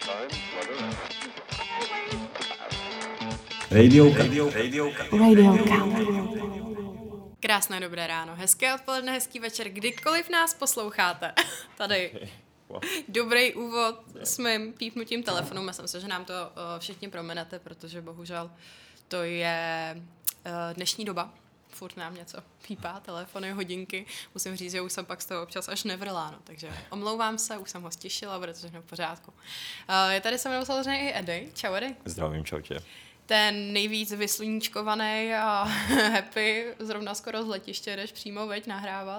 Krásné dobré ráno, hezké odpoledne, hezký večer, kdykoliv nás posloucháte. Tady dobrý úvod s mým pípnutím telefonu. Myslím si, že nám to všichni promenete, protože bohužel to je dnešní doba. Furt nám něco pípá, telefony, hodinky. Musím říct, že už jsem pak z toho občas až nevrláno, takže omlouvám se, už jsem ho stišila, bude to všechno v pořádku. Je tady se mnou samozřejmě i Edy. Čau, Edy. Zdravím, čau tě. Ten nejvíc vysluníčkovaný a happy, zrovna skoro z letiště jdeš přímo, veď, nahrávat.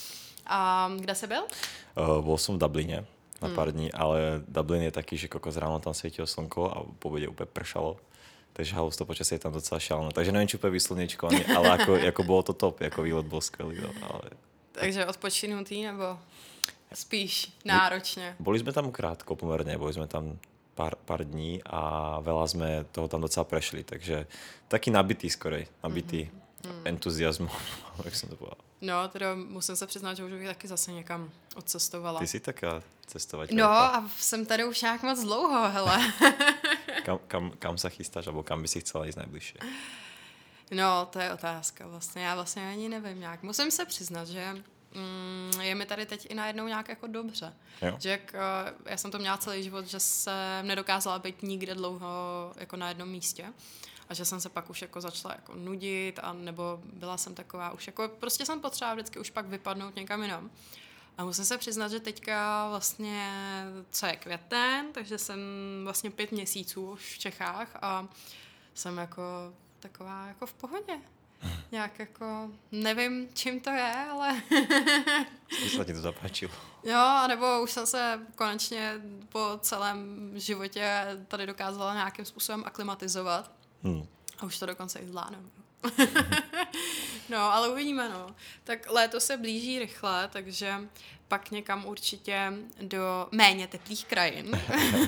A kde jsi byl? Bol som v Dubline na pár dní, ale Dublin je taký, že kokos ráno tam svietilo slnko a po obede úplne pršalo. Takže halus, to počasie je tam docela šalné. Takže neviem, či úplne vysluniečkovaný, ale ako bolo to top, ako výlet bol skvelý. Ale... Takže odpočinutý nebo spíš náročne? Boli sme tam krátko pomerne, boli sme tam pár dní a veľa sme toho tam docela prešli, takže taký nabitý skorej, entuziasmu, jak som to povedal. No, teda musím se přiznat, že už bych taky zase někam odcestovala. Ty jsi taká cestovateľka. No a jsem tady už nějak moc dlouho, hele. Kam sa chystáš, alebo kam by si chcela ísť najbližšie? No, to je otázka vlastně. Já vlastně ani nevím nějak. Musím se přiznat, že je mi tady teď i najednou nějak jako dobře. Jo. Že já jsem to měla celý život, že jsem nedokázala být nikde dlouho jako na jednom místě. A že jsem se pak už jako začala jako nudit, a nebo byla jsem taková už jako, prostě jsem potřeba vždycky už pak vypadnout někam jinam. A musím se přiznat, že teďka vlastně, co je květen, takže jsem vlastně 5 měsíců už v Čechách a jsem jako taková jako v pohodě. Nějak jako, nevím, čím to je, ale... Myslím, ti to zapáčilo. Jo, nebo už jsem se konečně po celém životě tady dokázala nějakým způsobem aklimatizovat. A už to dokonce i zvládnu. No, ale uvidíme, no. Tak léto se blíží rychle, takže pak někam určitě do méně teplých krajin.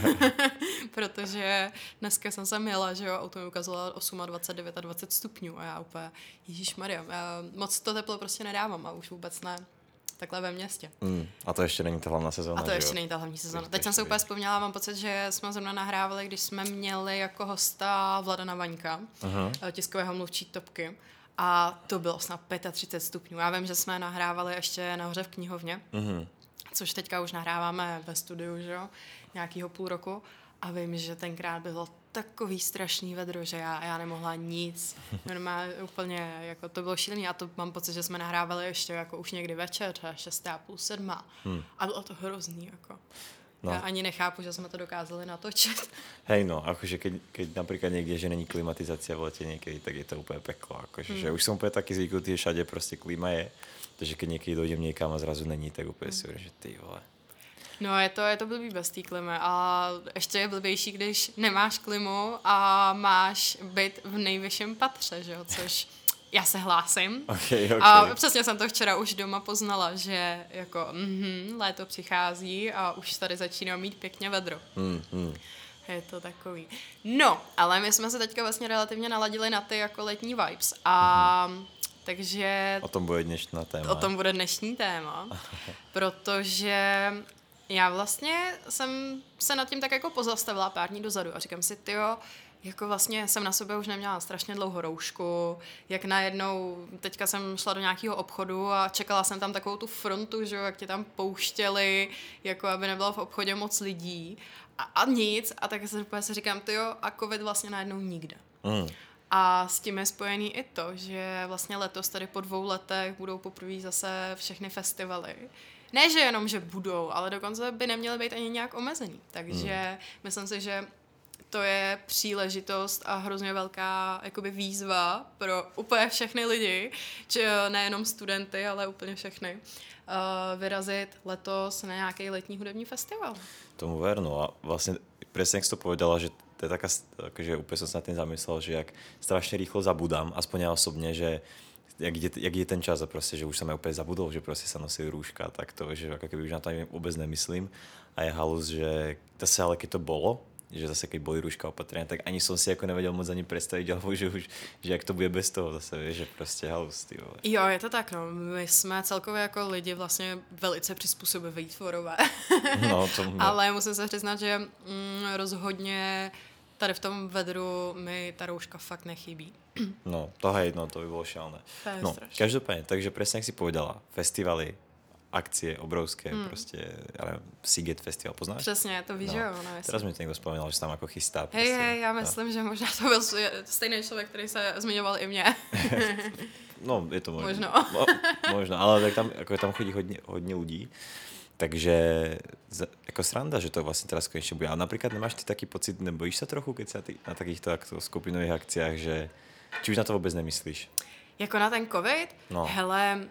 Protože dneska jsem se jela, že jo, auto mi ukazovalo 28, 29 stupňů a já úplně, ježišmarja, moc to teplo prostě nedávám a už vůbec ne takhle ve městě. A to ještě není ta hlavní sezóna. A to ještě není ta hlavní sezóna. Teď jsem se úplně vzpomněla, mám pocit, že jsme zrovna nahrávali, když jsme měli jako hosta Vladana Vaňka, tiskového mluvčí Topky. A to bylo snad 35 stupňů. Já vím, že jsme nahrávali ještě nahoře v knihovně, což teďka už nahráváme ve studiu, že jo, nějakýho půl roku. A vím, že tenkrát bylo takový strašný vedro, že já nemohla nic. Normálně úplně, jako to bylo šílený. A to mám pocit, že jsme nahrávali ještě jako už někdy večer, 6:30, 7. A bylo to hrozný, jako. No. Já ani nechápu, že jsme to dokázali natočit. Hej, no, akože keď napríklad niekde, že není klimatizácia v lete niekedy, tak je to úplne peklo. Akože, že už som úplne taký zvyknutý, že všade proste klima je. Takže keď niekedy dojdem niekam a zrazu není, tak úplne si hovorím, že ty vole. No, je to blbý bez té klimy a ještě je blbější, když nemáš klimu a máš byt v nejvyšším patře, že jo, což já se hlásím. Okay. A přesně jsem to včera už doma poznala, že jako léto přichází a už tady začíná mít pěkně vedro. Je to takový. No, ale my jsme se teďka vlastně relativně naladili na ty jako letní vibes a takže... O tom bude dnešní téma. O tom bude dnešní téma, protože... Já vlastně jsem se nad tím tak jako pozastavila pár dní dozadu a říkám si, tyjo, jako vlastně jsem na sobě už neměla strašně dlouho roušku, jak najednou, teďka jsem šla do nějakého obchodu a čekala jsem tam takovou tu frontu, že jo, jak tě tam pouštěli, jako aby nebylo v obchodě moc lidí a nic a tak se říkám, tyjo, a covid vlastně najednou nikde. A s tím je spojený i to, že vlastně letos tady po 2 letech budou poprvé zase všechny festivaly. Ne, že jenom, že budou, ale dokonce by neměly být ani nějak omezený. Takže myslím si, že to je příležitost a hrozně velká jakoby výzva pro úplně všechny lidi, nejenom studenty, ale úplně všechny, vyrazit letos na nějaký letní hudební festival. Tomu ver, no a vlastně presne, jak si to povedala, že to je taká, že úplne som sa nad tým zamyslel, že jak strašne rýchlo zabudám, aspoň ja osobne, že jak je ten čas a proste, že už som ja úplne zabudol, že proste sa nosili rúška, tak to, že ako keby už na to vôbec nemyslím. A je halus, že to sa ale keď to bolo, že zase keď boli rúška opatrenia, tak ani som si ako nevedel moc ani predstaviť, alebo že už, že jak to bude bez toho zase, vieš, že prostě halus, ty vole. Jo, je to tak, no. My jsme celkově jako lidi vlastně velice přizpůsobiví tvorové. No, to... Ale musím se přiznat, že rozhodně tady v tom vedru mi ta rouška fakt nechybí. No, to hej, no, to by bolo šialené. No, každopádne, takže presne, jak si povedala, festivaly, akcie obrovské, prostě, já nevím, Seagate Festival, poznáš? Přesně, to víš, no. Jo, no, Teraz mi to někdo vzpomínal, že se tam jako chystá. Hej, já myslím, že možná to byl stejný člověk, který se zmiňoval i mě. No, je to možno. Možno, ale tak tam, jako tam chodí hodně lidí, takže jako sranda, že to vlastně teraz konečně bude. Ale například nemáš ty taký pocit, nebojíš se trochu, keď se na takýchto skupinových akciách, že či už na to vůbec nemyslíš? Jako na ten covid? No. Hele,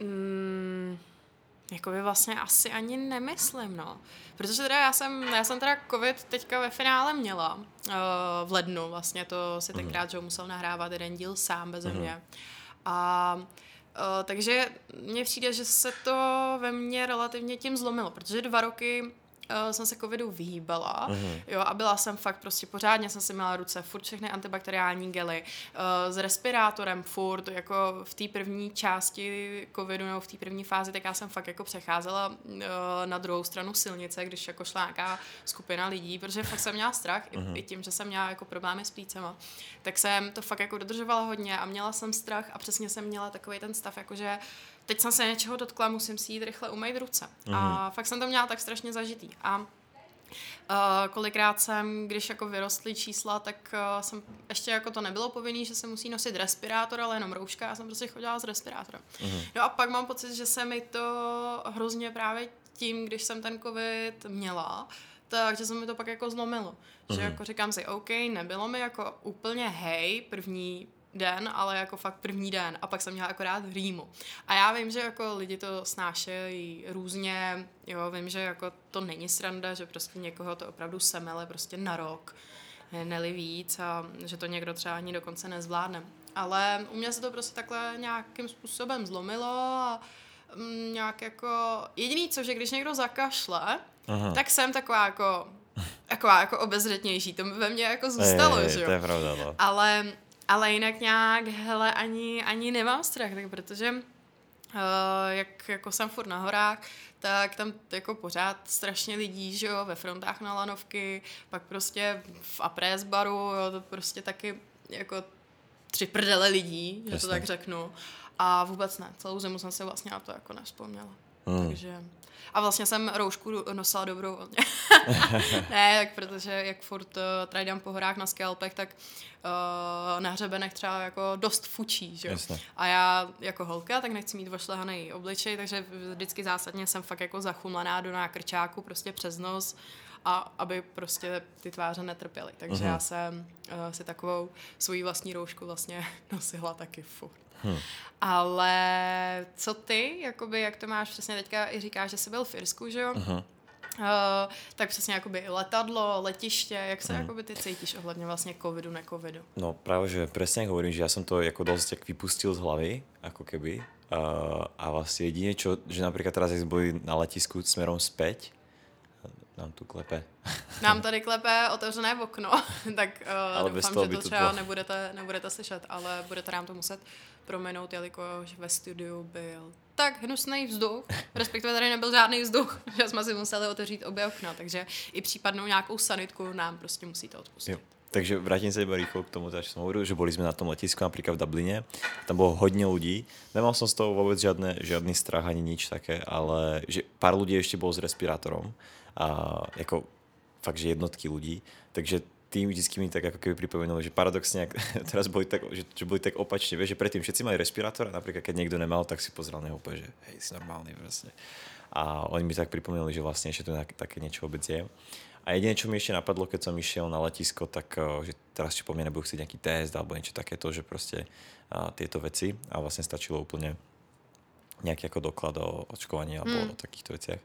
jako by vlastně asi ani nemyslím, no. Protože teda já jsem teda covid teďka ve finále měla v lednu, vlastně to si tenkrát, že musel nahrávat jeden díl sám beze mě. A takže mně přijde, že se to ve mně relativně tím zlomilo, protože 2 roky jsem se covidu vyhýbala, jo, a byla jsem fakt prostě pořádně, jsem si měla ruce, furt všechny antibakteriální gely, s respirátorem furt, jako v té první části covidu nebo v té první fázi, tak já jsem fakt jako přecházela na druhou stranu silnice, když jako šla nějaká skupina lidí, protože fakt jsem měla strach, i tím, že jsem měla jako problémy s plícema, tak jsem to fakt jako dodržovala hodně a měla jsem strach a přesně jsem měla takový ten stav, jakože teď jsem se něčeho dotkla, musím si jít rychle umýt ruce. A fakt jsem to měla tak strašně zažitý. A kolikrát jsem, když jako vyrostly čísla, tak jsem ještě jako to nebylo povinný, že se musí nosit respirátor, ale jenom rouška, já jsem prostě chodila s respirátorem. No a pak mám pocit, že se mi to hrozně právě tím, když jsem ten covid měla, takže se mi to pak jako zlomilo. Že jako říkám si, OK, nebylo mi jako úplně hej první den, ale jako fakt první den a pak jsem měla akorát rýmu. A já vím, že jako lidi to snášejí různě, jo, vím, že jako to není sranda, že prostě někoho to opravdu semele prostě na rok, ne-li víc a že to někdo třeba ani dokonce nezvládne. Ale u mě se to prostě takhle nějakým způsobem zlomilo a nějak jako jediný co, že když někdo zakašle, tak jsem taková jako obezřetnější. To ve mně jako zůstalo, že jo. To je pravda, no. Ale jinak nějak, hele, ani nemám strach, tak protože jak jako jsem furt na horách, tak tam jako pořád strašně lidí, že jo, ve frontách na lanovky, pak prostě v Aprés baru, jo, to prostě taky jako 3 prdele lidí, že to tak řeknu. A vůbec ne, celou zimu jsem se vlastně na to jako nevzpomněla. Takže... A vlastně jsem roušku nosila dobrovolně. Ne, tak protože jak furt trajdám po horách na skalpech, tak na hřebenech třeba jako dost fučí, že jo. A já jako holka, tak nechci mít vošlehaný obličej, takže vždycky zásadně jsem fakt jako zachumlaná do nákrčáku prostě přes nos, a aby prostě ty tváře netrpěly. Takže já jsem si takovou svoji vlastní roušku vlastně nosila taky furt. Ale co ty, jakoby, jak to máš přesně teďka i říkáš, že jsi byl v Irsku, že jo? Tak přesně jakoby letadlo, letiště, jak se jakoby ty cítíš ohledně vlastně covidu, necovidu? No právě, že přesně jak hovorím, že já jsem to jako dost jak vypustil z hlavy, jako keby. A vlastně jedině, že například teraz, jak byli na letisku směrem zpěť, nám tu klepe. Nám tady klepe otevřené okno, tak doufám, že to třeba nebudete slyšet, ale budete nám to muset prominout, jelikož ve studiu byl tak hnusný vzduch, respektive tady nebyl žádný vzduch, že jsme si museli otevřít obě okna, takže i případnou nějakou sanitku nám prostě musíte odpustit. Jo. Takže vrátím se iba rýchlo k tomu, čo som hovoril, že boli sme na tom letisku napríklad v Dubline, tam bolo hodne ľudí, nemal som z toho vôbec žiadny strach ani nič také, ale že pár ľudí ešte bolo s respirátorom a jako fakt, že jednotky ľudí, takže tým vždycky mi tak ako keby pripomenuli, že paradoxne teraz boli tak, že boli tak opačne, vieš, že predtým všetci mali respirátor a napríklad keď niekto nemal, tak si pozrel na neho úplne, že hej, si normálny vlastne. A oni mi tak pripomenuli, že vlastne ešte to také niečo vôbec je. A jediné, čo mi ešte napadlo, keď som išiel na letisko, tak že teraz či po mne nebudú chcieť nejaký test alebo niečo takéto, že proste tieto veci a vlastne stačilo úplne nejaký ako doklad o očkovaní alebo o takýchto veciach.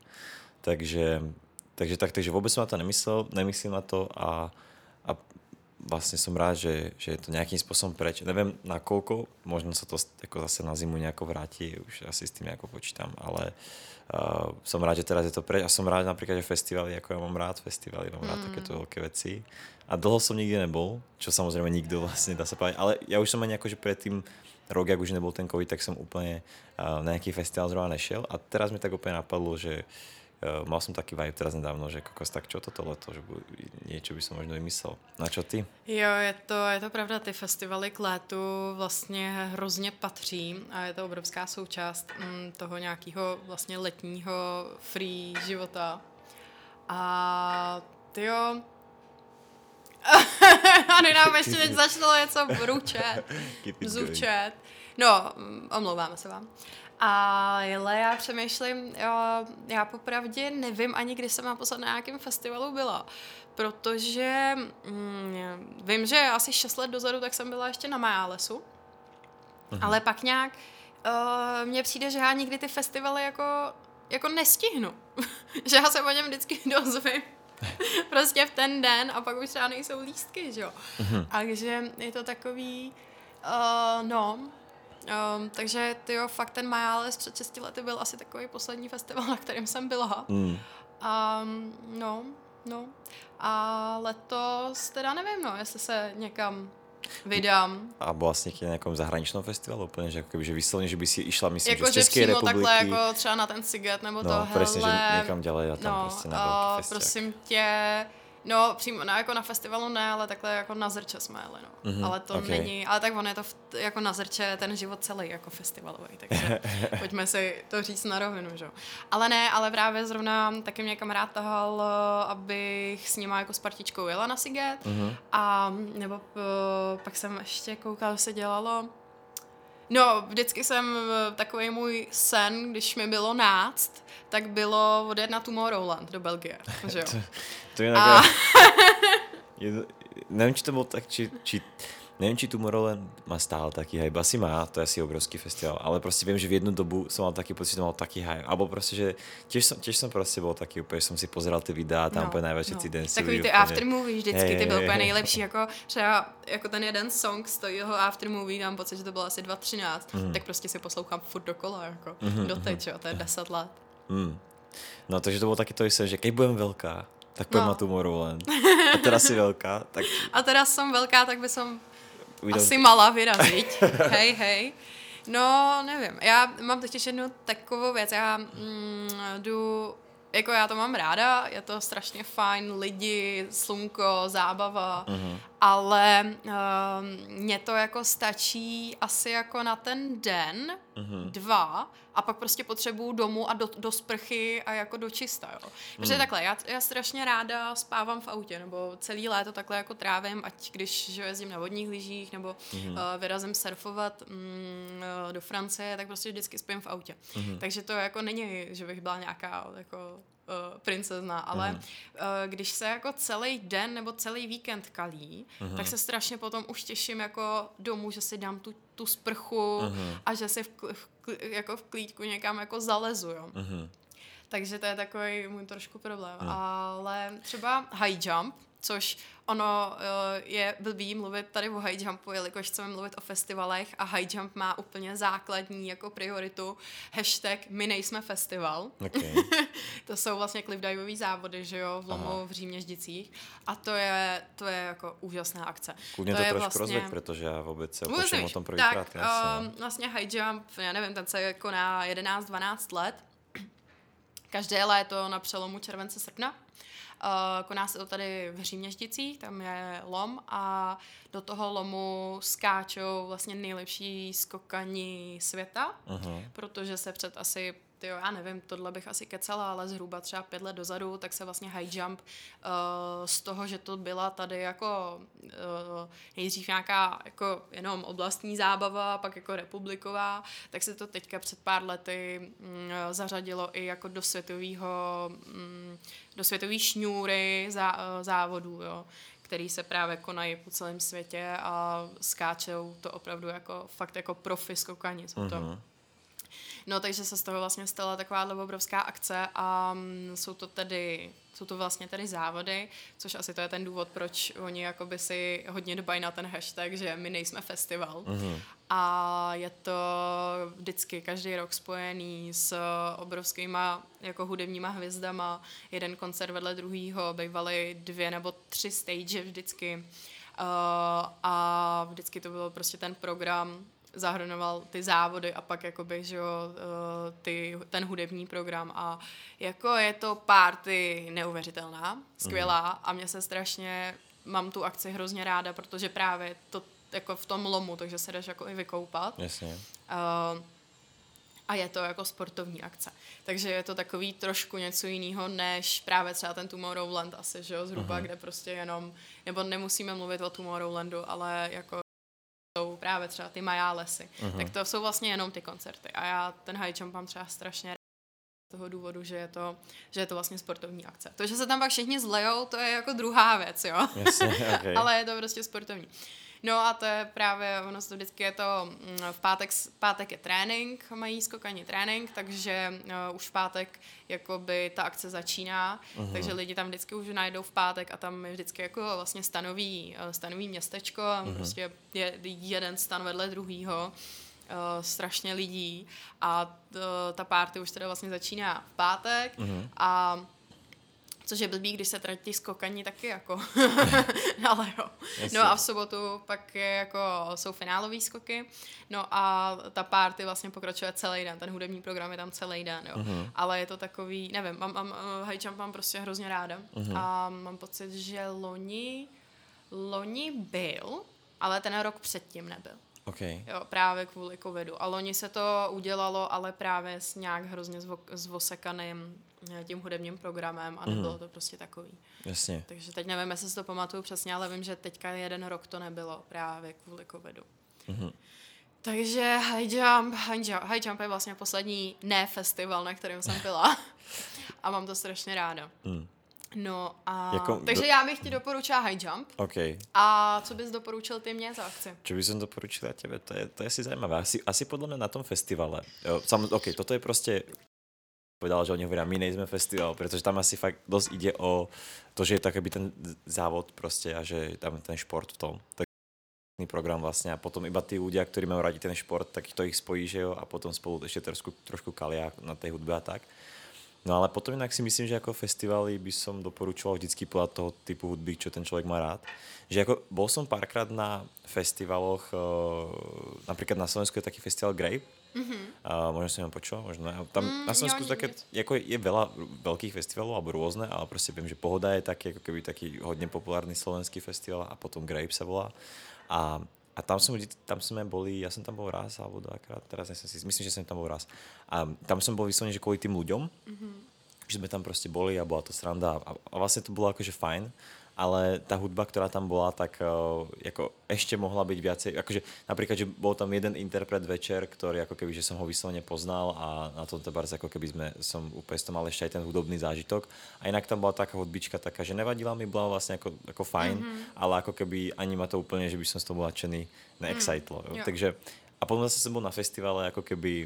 Takže vôbec som na to nemyslím na to a vlastne som rád, že je to nejakým spôsobom preč. Neviem na koľko, možno sa to ako zase na zimu nejako vráti, už asi s tým nejako počítam, ale som rád, že teraz je to preč a som rád napríklad, že festivaly, ako ja mám rád festivaly, mám rád takéto veľké veci. A dlho som nikde nebol, čo samozrejme nikto vlastne dá sa povedať, ale ja už som ani akože predtým rok, jak už nebol ten COVID, tak som úplne na nejaký festival zrovna nešiel a teraz mi tak úplne napadlo, že mal som taký vibe teraz nedávno, že kokos, tak čo toto leto, že niečo by som možno vymyslel. Na čo ty? Jo, je to pravda, ty festivaly k létu vlastně hrozně patří a je to obrovská součást toho nějakého vlastně letního free života. A tyjo, a nám ještě teď začalo něco bzučet. No, omlouváme se vám. Ale já přemýšlím, já popravdě nevím ani, kdy jsem naposled na nějakém festivalu byla, protože vím, že asi 6 let dozadu tak jsem byla ještě na Majálesu, ale pak nějak mně přijde, že já nikdy ty festivaly jako nestihnu, že já se o něm vždycky dozvím prostě v ten den a pak už třeba nejsou lístky, že jo. Takže je to takový, takže tyjo, fakt ten Majáles před 6 lety byl asi takový poslední festival, na kterém jsem byla. A letos teda nevím, jestli se někam vydám. A byla jsi někdy na nějakém zahraničním festivalu úplně, že, jakoby, že vyslovně, že by si išla, myslím, jako, že z České republiky. Jako takhle, jako třeba na ten Siget nebo to, hele. No, přesně, že někam dělají a tam prostě na velký festival. Prosím tě, no přímo, jako na festivalu ne, ale takhle jako na Zrče jsme jeli, no. Ale to není, ale tak on je to jako na Zrče ten život celý jako festivalový, takže pojďme si to říct na rovinu, že jo. Ale ne, ale právě zrovna taky mě kamarád tahal, abych s nima jako s partičkou jela na Siget a nebo pak jsem ještě koukala, se dělalo. No, vždycky jsem, takový můj sen, když mi bylo 11, tak bylo odjet na Tomorrowland do Belgie, že jo. To je nějaká... nevím, či to bylo tak, nevím, či Tomorrowland má stále taký hype, asi má, to je asi obrovský festival, ale prostě vím, že v jednu dobu jsem mal taký pocit, že to mal taký hype, alebo prostě, že tiež som prostě bol taký úplně, že som si pozeral ty videa, tam úplně najväčší ty dancey. Takový ty aftermovie vždycky, ty byl úplně nejlepší, jako třeba jako ten jeden song z toho aftermovie, mám pocit, že to bylo asi 2013, tak prostě si poslouchám furt dokola, jako doteď, jo, to je 10 let. No, takže to bylo taky to, že keď budem velká, tak půjdem na Tomorrowland. A teraz si velká, tak... A teraz som veľká, tak by som asi mala vyrazit. Hej. No, nevím. Já mám totiž jednu takovou věc. Já jdu, jako já to mám ráda, je to strašně fajn, lidi, slunko, zábava, ale mně to jako stačí asi jako na ten den, 2, a pak prostě potřebuju domů a do sprchy a jako do čista, jo. Protože takhle, já strašně ráda spávám v autě, nebo celý léto takhle jako trávím, ať když jezdím na vodních lyžích, nebo vyrazím surfovat do Francie, tak prostě vždycky spím v autě. Takže to jako není, že bych byla nějaká jako princezna, ale když se jako celý den nebo celý víkend kalí, tak se strašně potom už těším jako domů, že si dám tu sprchu a že si jako v klídku někam jako zalezu, jo. Takže to je takový můj trošku problém. Ale třeba high jump, což ono je blbý mluvit tady o high jumpu, jelikož chceme mluvit o festivalech a high jump má úplně základní jako prioritu hashtag my nejsme festival. Okay. To jsou vlastně cliffdiveový závody, že jo, v Lomu, v Říměždicích a to je jako úžasná akce. Kudně to trošku vlastně... rozvěd, protože já vůbec se počím o tom prvýkrát. Tak vlastně high jump, já nevím, ten se koná 11-12 let. Každé léto na přelomu července srpna. Koná se to tady v Říměždicích, tam je lom a do toho lomu skáčou vlastně nejlepší skokani světa, protože se před asi, já nevím, tohle bych asi kecala, ale zhruba třeba 5 let dozadu, tak se vlastně high jump z toho, že to byla tady jako nejdřív nějaká jako jenom oblastní zábava, pak jako republiková, tak se to teďka před pár lety zařadilo i jako do světové šňůry závodů, jo, který se právě konají po celém světě a skáčou to opravdu jako fakt jako profi skokani. Jsou to No, takže se z toho vlastně stala taková obrovská akce a jsou to vlastně tedy závody, což asi to je ten důvod, proč oni jakoby si hodně dbají na ten hashtag, že my nejsme festival. A je to vždycky každý rok spojený s obrovskýma jako hudebníma hvězdama, jeden koncert vedle druhýho, bývaly 2 nebo 3 stage vždycky. A vždycky to bylo prostě ten program, zahrnoval ty závody a pak jakoby, že jo, ten hudební program a jako je to party neuvěřitelná, skvělá a mě se strašně, mám tu akci hrozně ráda, protože právě to jako v tom lomu, takže se jdeš jako i vykoupat. Jasně. A je to jako sportovní akce. Takže je to takový trošku něco jiného, než právě třeba ten Tomorrowland asi, že jo, zhruba, kde prostě jenom, nebo nemusíme mluvit o Tomorrowlandu, ale jako jsou právě třeba ty Majálesy. Tak to jsou vlastně jenom ty koncerty. A já ten high jump mám třeba strašně rád z toho důvodu, že je to vlastně sportovní akce. To, že se tam pak všichni zlejou, to je jako druhá věc, jo. Jasně, okay. Ale je to prostě sportovní. No a to je právě, ono to vždycky je to, v pátek je trénink, mají skokani trénink, takže už v pátek jakoby ta akce začíná, takže lidi tam vždycky už najdou v pátek a tam je vždycky jako vlastně stanoví městečko a prostě je jeden stan vedle druhýho, strašně lidí a ta party už teda vlastně začíná v pátek a což je blbý, když se tratí skokani taky jako, ale jo. No a v sobotu pak je jako, jsou finálový skoky, no a ta party vlastně pokračuje celý den, ten hudební program je tam celý den, jo. Ale je to takový, nevím, high jump mám prostě hrozně ráda a mám pocit, že loni byl, ale ten rok předtím nebyl. Okay. Jo, právě kvůli covidu. A loni se to udělalo, ale právě s nějak hrozně zvosekaným tím hudebním programem a nebylo to prostě takový. Jasně. Takže teď nevím, jestli si to pamatuju přesně, ale vím, že teďka jeden rok to nebylo právě kvůli covidu. Takže High Jump je vlastně poslední festival, na kterém jsem byla a mám to strašně ráda. No a takže já bych ti doporučila High Jump. Okay. A co bys doporučil ty mě za akci? Čo by som doporučila tebe? To je asi zaujímavé. Asi podľa mňa na tom festivale. Toto je proste povedal, že oni hovoria, my nejsme festival, pretože tam asi fakt dosť ide o to, že je to akoby ten závod proste a že tam ten šport v tom. Tak program vlastne a potom iba tí ľudia, ktorí majú radi ten šport, tak to ich spojí, že jo, a potom spolu ešte trošku kalia na tej hudbe a tak. No ale potom inak si myslím, že ako festivaly by som doporučoval vždycky podľa toho typu hudby, čo ten človek má rád. Že ako bol som párkrát na festivaloch, napríklad na Slovensku je taký festival Grape, možno si ho počul, možno ne. Tam na Slovensku také, ako je veľa veľkých festivalov, alebo rôzne, ale proste viem, že Pohoda je taký, ako keby taký hodne populárny slovenský festival a potom Grape sa volá. A tam sme boli, ja som tam bol raz alebo dvakrát, teraz myslím, že som tam bol raz. A tam som bol vyslovene, že kvôli tým ľuďom, že sme tam proste boli a bola to sranda a vlastne to bolo akože fajn, ale tá hudba, ktorá tam bola, tak ako ešte mohla byť viacej, akože napríklad, že bol tam jeden interpret večer, ktorý ako keby, že som ho vyslovene poznal a na tomto barze ako keby som úplne mal ešte aj ten hudobný zážitok a inak tam bola taká hudbička taká, že nevadila mi, bola vlastne ako fajn, ale ako keby ani ma to úplne, že by som z toho bol nadšený, neexcitlo. Takže a potom zase som bol na festivale ako keby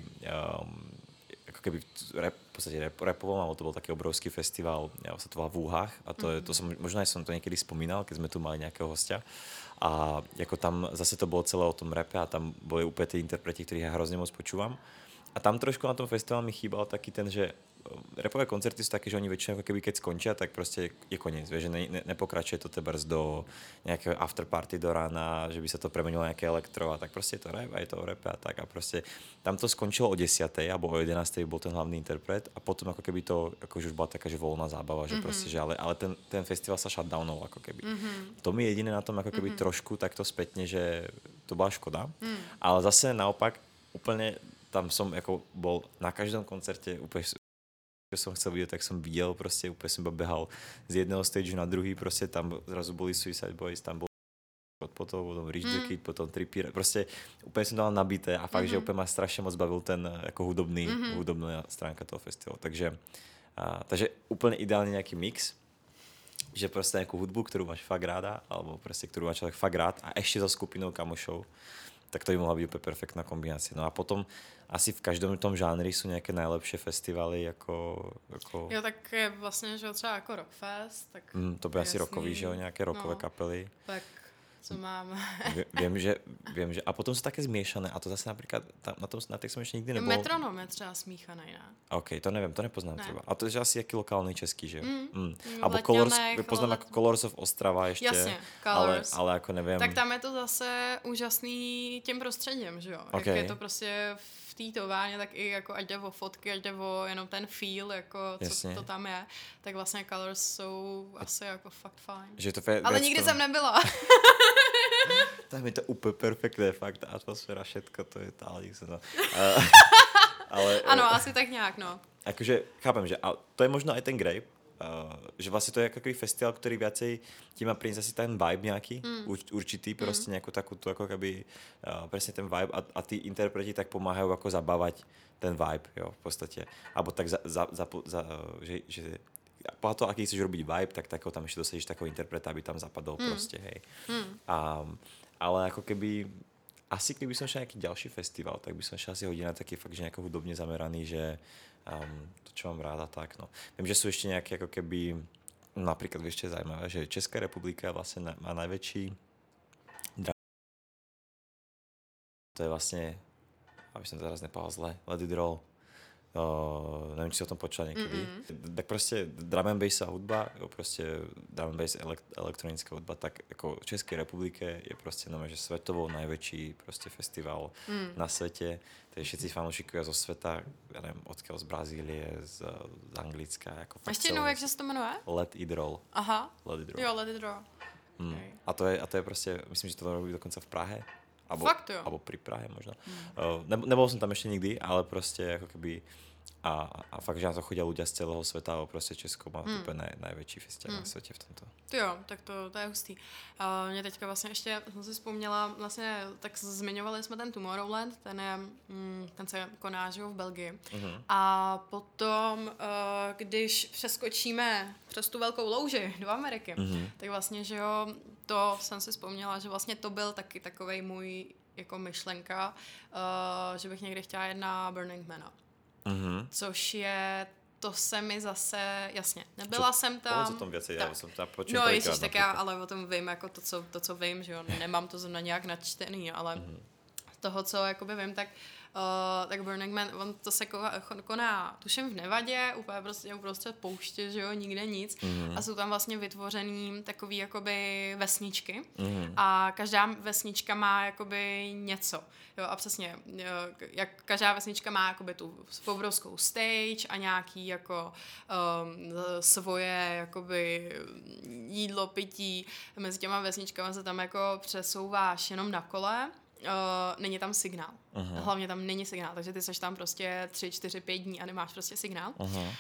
v podstate rapovom, ale to bol taký obrovský festival, sa to volá v Úhách a to som, možno aj som to niekedy spomínal, keď sme tu mali nejakého hostia a ako tam zase to bolo celé o tom rape a tam boli úplne tí interpreti, ktorých ja hrozne moc počúvam a tam trošku na tom festivale mi chýbal taký ten, že rapové koncerty sú také, že oni väčšinou ako keby keď skončia, tak proste je koniec, vieš, že nepokračuje to tebars do nejakého afterparty do rána, že by sa to premenilo nejaké elektro a tak proste je to rap a je to o rape a tak a proste tam to skončilo o 10:00 alebo o 11:00 bol ten hlavný interpret a potom ako keby to akože už bola taká, že voľná zábava, že proste, že ale ten festival sa shutdownol ako keby. To mi jediné na tom ako keby trošku takto spätne, že to bola škoda, ale zase naopak úplne tam som ako bol na každom koncerte úplne čo som chcel vidieť, tak som videl, proste úplne som behal z jedného stage na druhý, proste tam zrazu boli Suicide Boys, tam bol potom Rich the Kid, potom Trippier, proste úplne som dal nabité a fakt, že úplne ma strašne moc bavil ten ako hudobná stránka toho festivalu, takže úplne ideálne nejaký mix, že proste nejakú hudbu, ktorú máš fakt ráda, alebo proste ktorú máš fakt rád a ešte so skupinou kamošov, tak to by mohla být úplně perfektná kombinace. No a potom asi v každém tom žánri jsou nějaké nejlepší festivaly, jako... Jo, tak je vlastně, že třeba jako Rockfest, tak... to by asi rockový, že jo, nějaké rockové kapely. Tak co máme? Vím, že... A potom jsou také zmiešané, a to zase například, na těch jsem ještě nikdy nebyl. Metronom je třeba smíchaný, ne? OK, to nevím, to nepoznám třeba. A to je asi jaký lokální český, že? Abo Colors, poznám jako Colors of Ostrava ještě. Jasně, Colors. Ale jako nevím. Tak tam je to zase úžasný tím prostředím, že jo? Okay. Jak je to prostě v té továrně, tak i jako ať jde o fotky, ať jde o jenom ten feel, jako co to tam je, tak vlastně Colors jsou asi jako fakt fajn. Že to ale nikdy jsem nebyla. Tam je to úplně perfektné, fakt, ta atmosféra, všetko, to je tálík se to. Ale, ano, asi tak nějak, no. Jakože, chápem, že a to je možno aj ten Grape, že vlastně to je takový festival, který viacej ti má priniesť asi ten vibe nějaký, určitý, prostě nějakou takovou tu, jako keby, presne ten vibe a ty interpreti tak pomáhají jako zabávať ten vibe, jo, v podstatě. Abo tak že podľa toho, aký chceš robiť vibe, tak tam ešte dosadíš takového interpreta, aby tam zapadol prostě, hej. Ale ako keby, asi kdyby som šel nejaký ďalší festival, tak by som šel asi hodina taký fakt, že nejako hudobně zameraný, že to, čo mám ráda, tak no. Vím, že sú ešte nejaké ako keby, napríklad ešte zaujímavé, že Česká republika vlastne má najväčší to je vlastne, aby som to teraz nepovedal zle, Let It Roll. Nevím, či si o tom počula někdy. Tak prostě drum and bass a hudba, jo, prostě drum and bass elektronická hudba, tak jako v České republice je prostě že světovou největší prostě festival na světě. Takže všetci fanoušikovia zo sveta, já nevím, odkiaľ z Brazílie, z Anglicka, jako fakt. Ještě jednou, jak se to jmenuje? Let It Roll. Aha. Let It Roll. Jo, Let It Roll. Okay. A to je prostě, myslím, že to robí dokonce v Prahe. Fakt jo. Abo pri Prahe možno. Nebol som tam ešte nikdy, ale prostě jako keby a fakt, že na to chodí ľudia z celého světa, ale prostě Česko má úplně největší festival na světě v tomto. Jo, tak to je hustý. Mě teďka vlastně ještě, jsem si vzpomněla, vlastně tak zmiňovali jsme ten Tomorrowland, ten se koná, že v Belgii. A potom, když přeskočíme přes tu velkou louži do Ameriky, tak vlastně, že jo, to jsem si vzpomněla, že vlastně to byl taky takovej můj jako myšlenka, že bych někdy chtěla jet na Burning Mana. Což je, to se mi zase, jasně, nebyla jsem tam. Co tom věci, já jsem tam počul. No ježiš, tak já ale o tom vím, jako to, co vím, že jo, nemám to zrovna nějak načtený, ale z toho, co jakoby vím, tak Burning Man, on to se koná, tuším v Nevadě, úplně prostě uprostřed pouště, že jo, nikde nic. A jsou tam vlastně vytvořený takový jakoby vesničky. A každá vesnička má jakoby něco. Jo, a přesně, jak každá vesnička má jakoby tu obrovskou stage a nějaký jako svoje jakoby jídlo, pití. Mezi těma vesničkama se tam jako přesouváš jenom na kole. Není tam signál. Hlavně tam není signál, takže ty seš tam prostě 3, 4, 5 dní a nemáš prostě signál.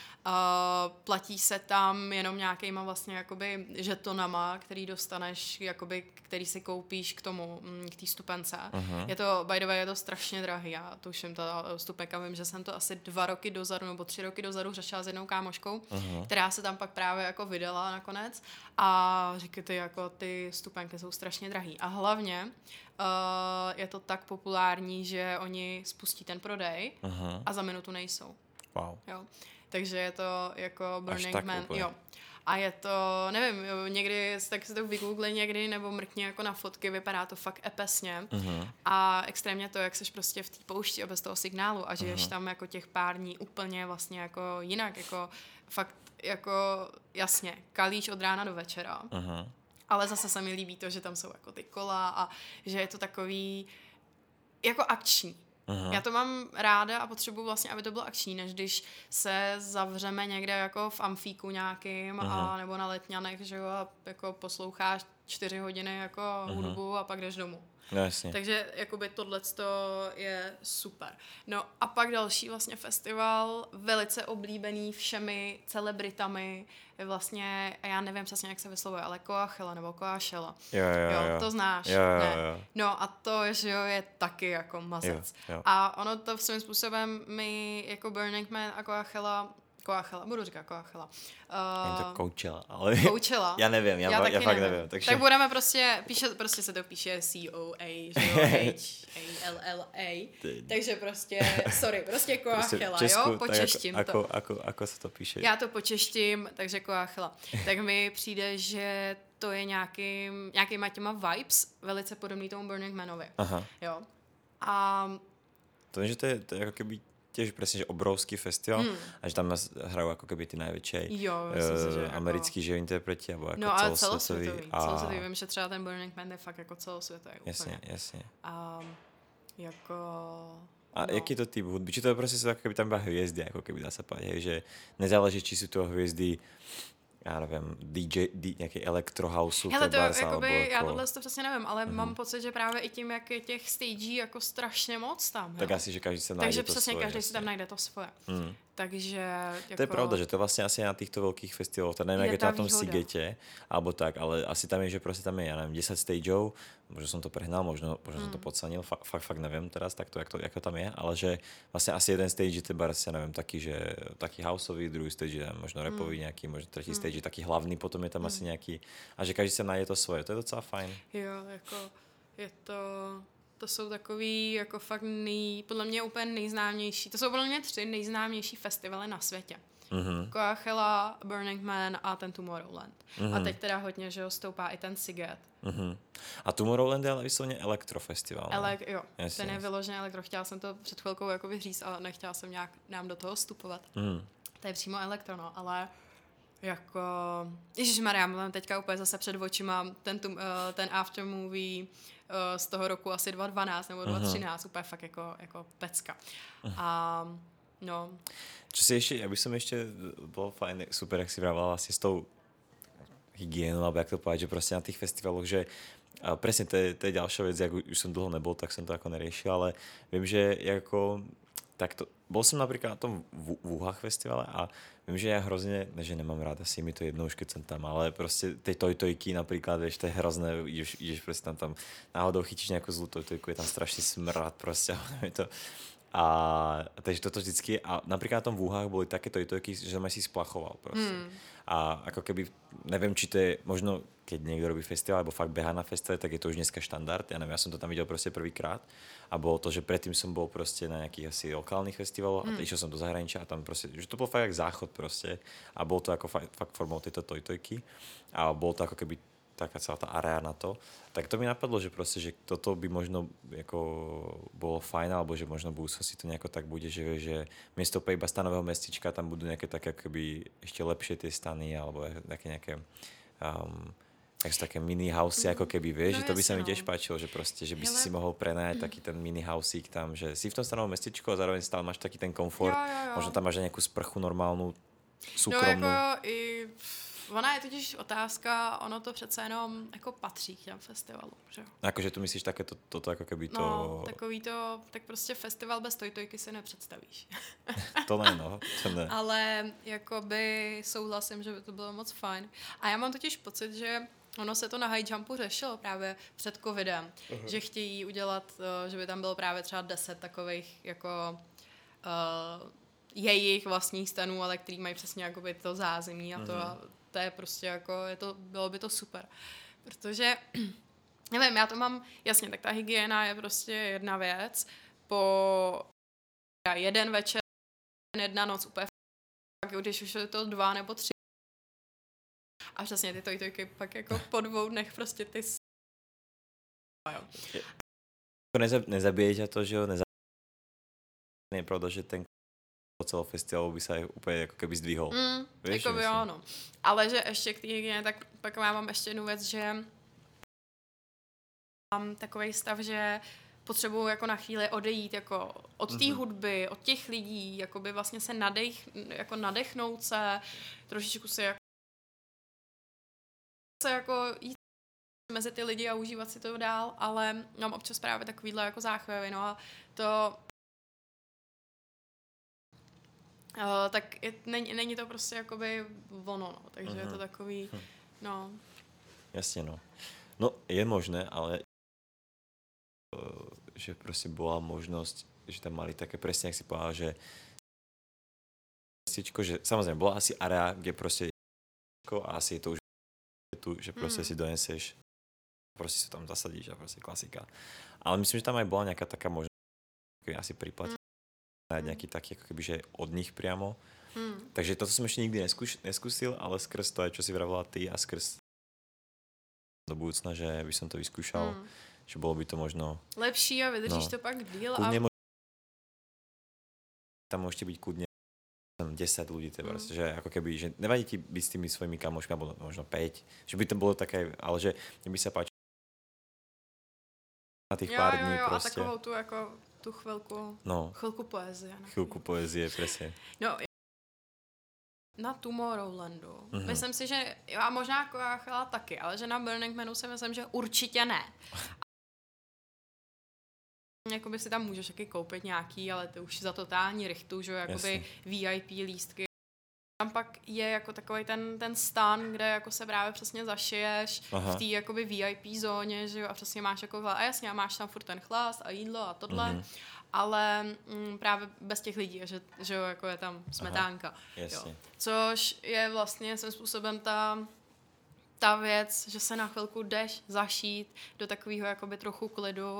Platí se tam jenom nějakýma vlastně jakoby žetonama, který dostaneš, jakoby, který si koupíš k tomu, k té stupence. Je to, by the way, je to strašně drahý. Já tuším, ta stupenka, vím, že jsem to asi 2 roky dozadu nebo 3 roky dozadu řešila s jednou kámoškou, která se tam pak právě jako vydala nakonec a říkají, jako ty stupenky jsou strašně drahý. A hlavně je to tak populární, že oni spustí ten prodej a za minutu nejsou. Wow. Jo. Takže je to jako Burning Man. Úplně. Jo. A je to, nevím, někdy tak si to vygoogli někdy nebo mrkni jako na fotky, vypadá to fakt epesně. A extrémně to, jak seš prostě v té poušti a bez toho signálu a žiješ tam jako těch pár dní úplně vlastně jako jinak, jako fakt jako jasně, kalíš od rána do večera. Ale zase se mi líbí to, že tam jsou jako ty kola a že je to takový jako akční. Já to mám ráda a potřebuji vlastně, aby to bylo akční, než když se zavřeme někde jako v amfíku nějakým a nebo na Letňanech, že jo, a jako posloucháš 4 hodiny jako hudbu a pak jdeš domů. No, jasně. Takže jakoby tohleto je super. No a pak další vlastně festival, velice oblíbený všemi celebritami, je vlastně, já nevím přesně, jak se vyslovuje, ale Coachella nebo Coachella. Jo, to znáš. Jo. No a to, že jo, je taky jako mazec. Jo. A ono to svým způsobem mi jako Burning Man a Coachella, budu říkat Coachella. Je to Coachella, ale Coachella. já nevím, já fakt nevím. Takže... Tak budeme prostě se to píše C-O-A, že jo, H-A-L-L-A, takže prostě Coachella, Česku, jo, počeštím to. Ako se to píše? Já to počeštím, takže Coachella. Tak mi přijde, že to je nějakýma těma vibes velice podobný tomu Burning Manovi. Aha. Jo. A... To je, že to je jako keby tiež presne, že obrovský festival a že tam hrajú ako keby ty najväčšie americký že interpreti alebo ako celosvetový. Celosvětový. Vím, že třeba ten Burning Man je fakt jako celosvětový. Jasně. A jako... A jaký je to typ hudby? Či to je prostě ako keby tam iba hviezdy, ako keby dá sa povedať, že nezáleží, či sú to hviezdy já nevím, DJ nějaký elektrohouse, hele, to jakoby, já tohle to přesně nevím, ale mám pocit, že právě i tím, jak je těch stagí jako strašně moc tam. Tak asi, že každý se najde takže to přesně svoje. Každý si tam najde to svoje. Takže jako... To je pravda, že to vlastně asi na týchto veľkých festivaloch, to nevím, jak je to na tom Sigete, alebo tak, ale asi tam je, že prostě tam je, já nevím, 10 stageov, možno som to prehnal, možno som to podcenil, fakt nevím teraz takto, jak to tam je, ale že vlastně asi jeden stage je teda, já nevím, taký houseový, druhý stage je možno rapový nějaký, možno tretí stage je taký hlavný, potom je tam asi nějaký, a že každý se najde to svoje, to je docela fajn. Jo, jako je to jsou takový jako fakt podle mě úplně nejznámější, to jsou podle mě 3 nejznámější festivaly na světě. Coachella, Burning Man a ten Tomorrowland. A teď teda hodně, že jo, stoupá i ten Siget. A Tomorrowland je ale vyslovně elektrofestival. Jo, ten je vyložený elektro. Chtěla jsem to před chvilkou jako vyříct, ale nechtěla jsem nějak nám do toho vstupovat. To je přímo elektro, no, ale jako... Ježišmarja, mám teďka úplně zase před očima ten aftermovie z toho roku asi 2012 nebo 2013, úplně fakt jako pecka. A no... Čo si ešte, ja by som ešte, bolo fajn, super, jak si vravala vlastne s tou hygienou, alebo jak to povedať, že proste na tých festivaloch, že presne to je ďalšia vec, jak už som dlho nebol, tak som to ako neriešil, ale viem, že ako takto, bol som napríklad na tom Wuhach festivale a viem, že ja hrozne, že nemám rád, asi mi to jedno už keď som tam, ale proste tej tojtojky napríklad, vieš, to je hrozné, ideš proste tam náhodou chytíš nejakú zlú tojtojku, je tam strašný smrad proste, je to. A takže toto vždycky, a napríklad na tom Wuhach boli také tojtojky, že som si splachoval proste. A ako keby, neviem, či to je možno, keď niekto robí festival, alebo fakt behá na festivale, tak je to už dneska štandard. Ja neviem, ja som to tam videl proste prvýkrát a bolo to, že predtým som bol proste na nejakých asi lokálnych festivaloch a išiel som do zahraničia a tam proste, že to bol fakt jak záchod proste a bol to ako fakt formou tejto tojtojky a bolo to ako keby taká celá tá area na to, tak to mi napadlo, že proste, že toto by možno ako bolo fajn, alebo že možno v budúcnosti to nejako tak bude, že miesto iba stanového mestička tam budú nejaké také akoby ešte lepšie tie stany, alebo nejaké také mini housey, ako keby, vieš, že to by sa mi tiež páčilo, že proste, že by si mohol prenajať taký ten mini housík tam, že si v tom stanovom mestičku a zároveň stále máš taký ten komfort, možno tam máš nejakú sprchu normálnu, súkromnú. No jako i... Ona je totiž otázka, ono to přece jenom jako patří k těm festivalům, že jo? Akože tu myslíš také toto jako keby to... No, takový to, tak prostě festival bez tojtojky si nepředstavíš. To ne, no, to ne. Ale jakoby souhlasím, že by to bylo moc fajn. A já mám totiž pocit, že ono se to na High Jumpu řešilo právě před covidem, že chtějí udělat, že by tam bylo právě třeba 10 takových jako... jejich vlastních stanů, ale který mají přesně jakoby to zázemí a to je prostě jako, bylo by to super. Protože, nevím, já to mám, jasně, tak ta hygiena je prostě jedna věc, po jeden večer, jedna noc úplně když už je to 2 nebo 3 a přesně ty tojtojky pak jako po 2 dnech prostě ty Nezabije ťa to, že jo, je pravda, že ten celého festivalu by sa úplně jako keby zdvihol. Víš, jako by ano. Ale že ještě k té hygieně, tak pak já mám ještě jednu věc, že mám takovej stav, že potřebuju jako na chvíli odejít jako od té hudby, od těch lidí, jako by vlastně se nadechnout se, trošičku se jako jít mezi ty lidi a užívat si to dál, ale mám občas právě takovýhle jako záchvěvy, no a to tak není to prostě jakoby ono, no, takže je to takový, no. Jasně, no. No, je možné, ale že prostě bola možnosť, že tam mali také presne, jak si povedal, že městečko, že samozřejmě byla asi area, kde prostě a asi je to už tu, že prostě si doneseš, prostě se tam zasadíš a prostě klasika. Ale myslím, že tam aj bola nejaká taká možnosť, asi priplatiť nejaký taký, ako keby, že od nich priamo. Takže toto som ešte nikdy neskúsil, ale skrz to aj, čo si vravila ty a skrz do budúcna, že by som to vyskúšal, že bolo by to možno... Lepší a vydržíš to pak díl. Tam môžete byť kudne 10 ľudí, že ako keby, že nevadí ti byť s tými svojimi kamoškami, alebo možno 5, že by to bolo také, ale že mne by sa páčilo na tých pár dní proste. A takovou tu jako tu chvilku poezie. Chvilku poezie, presne. No, na Tomorrowlandu. Myslím si, že a možná Coachella taky, ale že na Burning Manu si myslím, že určitě ne. Jakoby si tam můžeš taky koupit nějaký, ale to už za totální rychtu, že jakoby VIP lístky. Tam pak je jako takový ten stan, kde jako se právě přesně zašiješ v té jakoby VIP zóně, že jo, a přesně máš jako a jasně, a máš tam furt ten chlast a jídlo a tohle, ale právě bez těch lidí, že jo, jako je tam smetánka. Jo. Což je vlastně svým způsobem ta věc, že se na chvilku jdeš zašít do takového jakoby trochu klidu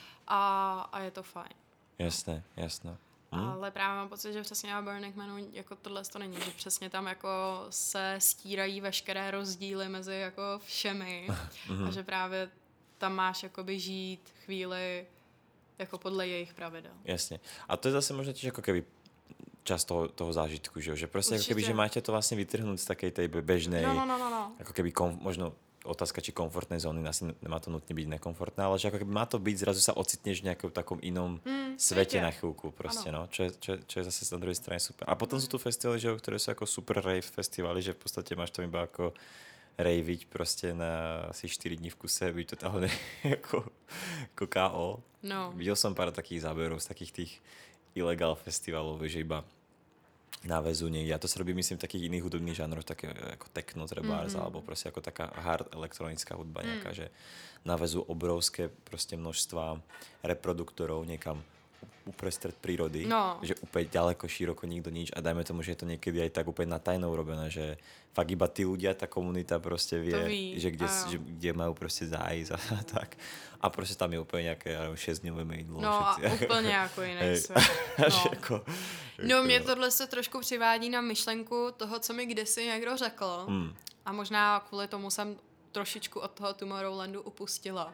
a je to fajn. Jasné. Ale právě mám pocit, že přesně na Burning Manu jako tohle to není, že přesně tam jako se stírají veškeré rozdíly mezi jako všemi a že právě tam máš jakoby žít chvíli jako podle jejich pravidel. Jasne. A to je zase možno tiež ako keby časť toho zážitku, že proste ako keby, že máte to vlastne vytrhnúť z takej tej bežnej, ako keby možno otázka, či komfortnej zóny, asi nemá to nutne byť nekomfortné, ale že ako keby má to byť, zrazu sa ocitneš v nejakom takom inom svete na chvíľku proste, no, čo je zase na druhej strane super. A potom sú tu festivaly, že, ktoré sú ako super rave festivaly, že v podstate máš to iba ako raviť proste na asi 4 dní v kuse, byť totálne ako KO. No. Videl som pár takých záberov z takých tých ilegál festivalov, že iba na väzu niekde. A to sa robí, myslím, v takých iných hudobných žánroch, také ako techno, trebárs, alebo proste ako taká hard elektronická hudba nejaká, že na väzu obrovské proste množstva reproduktorov niekam uprostred prírody, že úplne ďaleko, široko, nikto nič a dajme tomu, že je to niekedy aj tak úplne na tajnou urobené, že fakt iba tí ľudia, tá komunita proste vie, že kde majú proste zájsť a tak. A proste tam je úplne nejaké 6-dňové mejdlo. No a úplně jako jiný svět. No mě tohle se trošku přivádí na myšlenku toho, co mi kdysi někdo řekl. A možná kvůli tomu jsem trošičku od toho Tomorrowlandu upustila.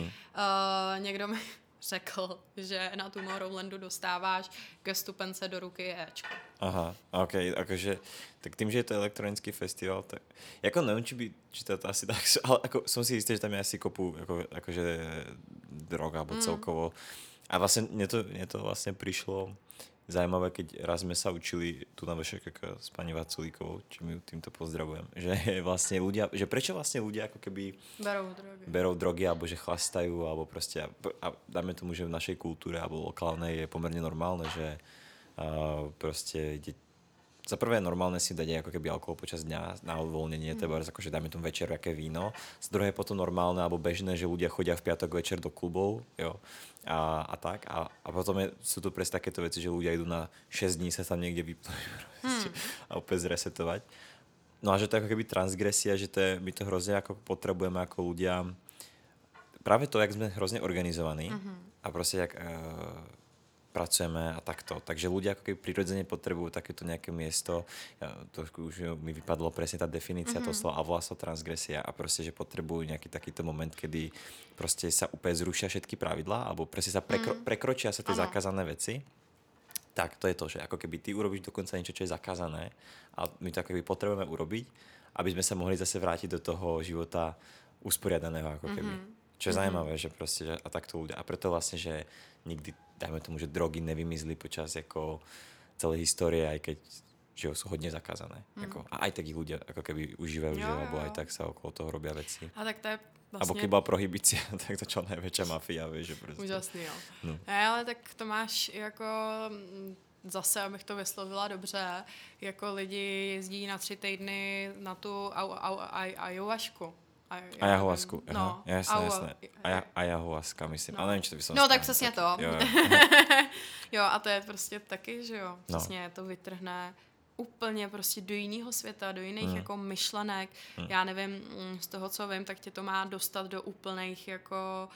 Někdo mi řekl, že na Tomorrowlandu dostáváš ke vstupence do ruky Ečko. Aha, okej, akože, tak tým, že je to elektronický festival, tak, jako neviem, či to asi tak, ale ako, som si istý, že tam je asi kopu, akože drog, alebo celkovo. A vlastne, mne to vlastne prišlo zaujímavé, keď raz sme sa učili tu na VŠKK s pani Vaculíkovou, či my ju týmto pozdravujem, že vlastne ľudia, že prečo vlastne ľudia ako keby berú drogy, alebo že chlastajú, alebo proste, a dáme tomu, že v našej kultúre alebo lokálnej je pomerne normálne, že proste za prvé je normálne si dať ako keby alkohol počas dňa na uvoľnenie, teda akože dáme tomu večer aké víno. Z druhé je potom normálne alebo bežné, že ľudia chodia v piatok večer do klubov, jo. A tak. A potom sú tu presne takéto veci, že ľudia idú na 6 dní sa tam niekde vypnúť a opäť zresetovať. No a že to je ako keby transgresia, že my to hrozne ako potrebujeme ako ľudia. Práve to, jak sme hrozne organizovaní a proste jak pracujeme a takto. Takže ľudia ako keby prirodzene potrebujú takéto nejaké miesto. Trošku už mi vypadlo presne tá definícia toho slova a volá sa transgresia a proste, že potrebujú nejaký takýto moment, kedy proste sa úplne zrušia všetky pravidlá alebo presne sa prekročia sa tie zakázané veci. Tak, to je to, že ako keby ty urobíš dokonca niečo, čo je zakázané a my to ako keby potrebujeme urobiť, aby sme sa mohli zase vrátiť do toho života usporiadaného ako keby. Čo je zaujímavé, že proste a takto ľudia. A preto vlastne, že nikdy, dajme tomu, že drogy nevymizli počas ako celej histórie, aj keď že sú hodne zakázané. Ako, a aj tak ich ľudia ako keby užívajú, že alebo aj tak sa okolo toho robia veci. A tak to je vlastně... Abo keď bola prohibícia, tak to čo najväčšia mafia, vieš, že proste. Úžasný, jo. No. Ale tak to máš jako... Zase, abych to vyslovila dobře, jako lidi jezdí na 3 týdny na tu ayahuasku. Ayahuasku, no, jasné. Ayahuaska, myslím. Ale nevím, či to vyslovila. No, tak přesně to. Jo, a to je prostě taky, že jo. Přesně to vytrhne úplně prostě do jiného světa, do jiných jako myšlenek. Já nevím, z toho, co vím, tak tě to má dostat do úplných jako